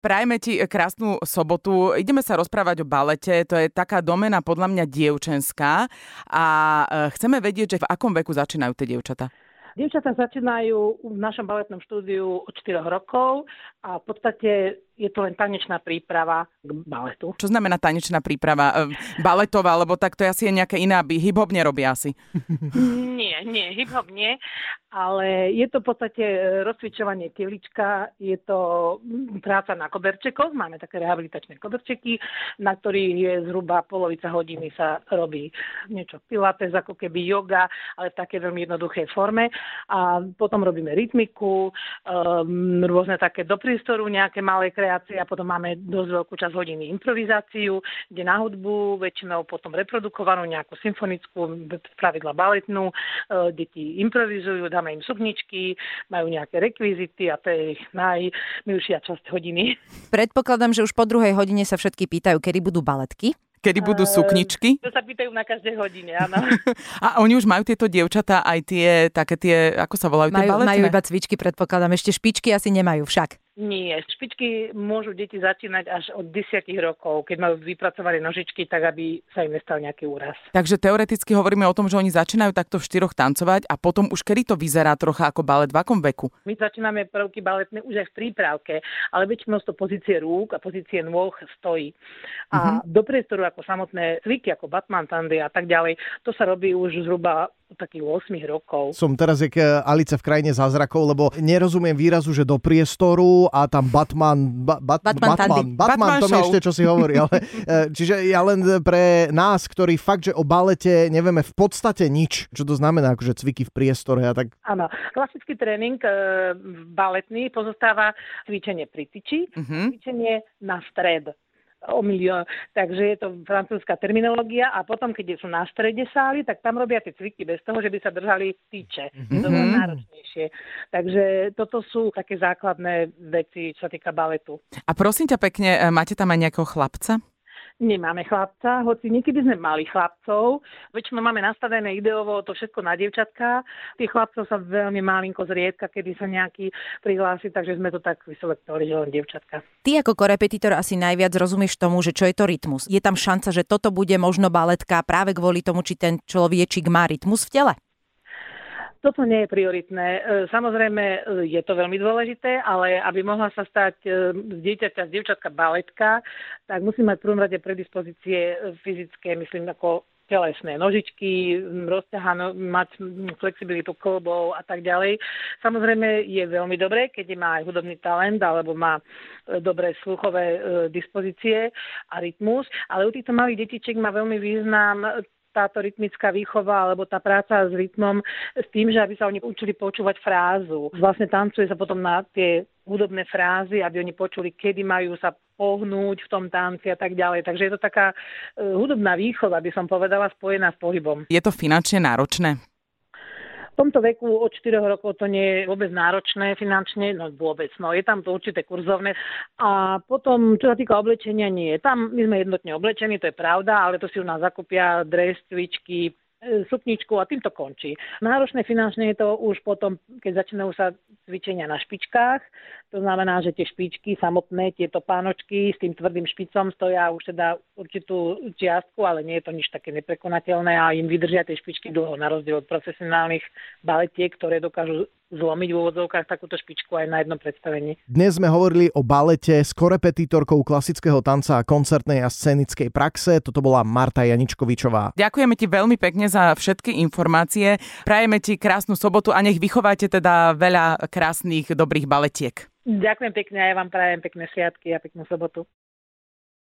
Prajeme ti krásnu sobotu. Ideme sa rozprávať o balete. To je taká doména podľa mňa dievčenská a chceme vedieť, že v akom veku začínajú tie dievčatá. Dievčatá začínajú v našom baletnom štúdiu od 4 rokov a v podstate je to len tanečná príprava k baletu. Čo znamená tanečná príprava? Baletová, lebo tak to je asi nejaká iná, hip-hop nerobia asi. Nie, hip-hop nie, ale je to v podstate rozcvičovanie telička, je to práca na koberčekoch, máme také rehabilitačné koberčeky, na ktorých je zhruba polovica hodiny sa robí niečo pilates, ako keby yoga, ale v také veľmi jednoduchej forme. A potom robíme rytmiku, rôzne také do priestoru, nejaké malé kreácie a potom máme dosť veľkú časť hodiny improvizáciu, kde na hudbu, väčšinou potom reprodukovanú, nejakú symfonickú, pravidla baletnú, deti improvizujú, dáme im sukničky, majú nejaké rekvizity a to je ich najmilšia časť hodiny. Predpokladám, že už po 2. hodine sa všetky pýtajú, kedy budú baletky. Kedy budú sukničky? To sa pýtajú na každej hodine, áno. A oni už majú tieto dievčatá aj také tie, ako sa volajú, tie baletné? Majú iba cvičky, predpokladám. Ešte špičky asi nemajú však. Nie, špičky môžu deti začínať až od 10 rokov, keď majú vypracované nožičky, tak aby sa im nestal nejaký úraz. Takže teoreticky hovoríme o tom, že oni začínajú takto v 4 tancovať a potom už kedy to vyzerá trocha ako balet, v akom veku? My začíname prvky baletné už aj v prípravke, ale väčšinou to pozície rúk a pozície nôh stojí. A do priestoru ako samotné cviky, ako Batman Tandy a tak ďalej, to sa robí už zhruba od takých 8 rokov. Som teraz jak Alice v krajine zázrakov, lebo nerozumiem výrazu, že do priestoru a tam Batman, to mi ešte čo si hovorí. Ale, čiže ja len pre nás, ktorí fakt, že o balete nevieme v podstate nič, čo to znamená, akože cviky v priestore a tak. Áno, klasický tréning baletný pozostáva cvičenie pri tyči, cvičenie na stred. Takže je to francúzska terminológia a potom, keď sú na strede sály, tak tam robia tie cviky bez toho, že by sa držali tyče. To je náročnejšie. Takže toto sú také základné veci, čo sa týka baletu. A prosím ťa pekne, máte tam aj nejakého chlapca? Nemáme chlapca, hoci niekedy sme mali chlapcov. Väčšinou máme nastavené ideovo to všetko na dievčatká. Tých chlapcov sa veľmi malinko zriedka, kedy sa nejaký prihlási, takže sme to tak vyselektovali, že len dievčatka. Ty ako korepetitor asi najviac rozumieš tomu, že čo je to rytmus. Je tam šanca, že toto bude možno baletka práve kvôli tomu, či ten človečik má rytmus v tele? Toto nie je prioritné. Samozrejme, je to veľmi dôležité, ale aby mohla sa stať z dievčatka baletka, tak musí mať v prvom rade predispozície fyzické, myslím, ako telesné nožičky, mať flexibilitu klbov a tak ďalej. Samozrejme je veľmi dobré, keď má aj hudobný talent alebo má dobré sluchové dispozície a rytmus, ale u týchto malých detičiek má veľmi význam táto rytmická výchova alebo tá práca s rytmom s tým, že aby sa oni učili počúvať frázu. Vlastne tancuje sa potom na tie hudobné frázy, aby oni počuli, kedy majú sa pohnúť v tom tanci a tak ďalej. Takže je to taká hudobná výchova, by som povedala, spojená s pohybom. Je to finančne náročné? V tomto veku od 4 rokov to nie je vôbec náročné finančne, no vôbec, no je tam to určité kurzovné. A potom, čo sa týka oblečenia, nie. Tam my sme jednotne oblečení, to je pravda, ale to si u nás zakúpia dres, cvičky, sukničku a tým to končí. Náročné finančne je to už potom, keď začínajú sa cvičenia na špičkách. To znamená, že tie špičky samotné, tieto pánočky s tým tvrdým špicom stoja už teda určitú čiastku, ale nie je to nič také neprekonateľné a im vydržia tie špičky dlho, na rozdiel od profesionálnych baletiek, ktoré dokážu zlomiť v úvodzovkách takúto špičku aj na jednom predstavení. Dnes sme hovorili o balete s korepetitorkou klasického tanca a koncertnej a scenickej praxe. Toto bola Marta Janičkovičová. Ďakujeme ti veľmi pekne za všetky informácie. Prajeme ti krásnu sobotu a nech vychováte teda veľa krásnych, dobrých baletiek. Ďakujem pekne a ja vám prajem pekné sviatky a peknú sobotu.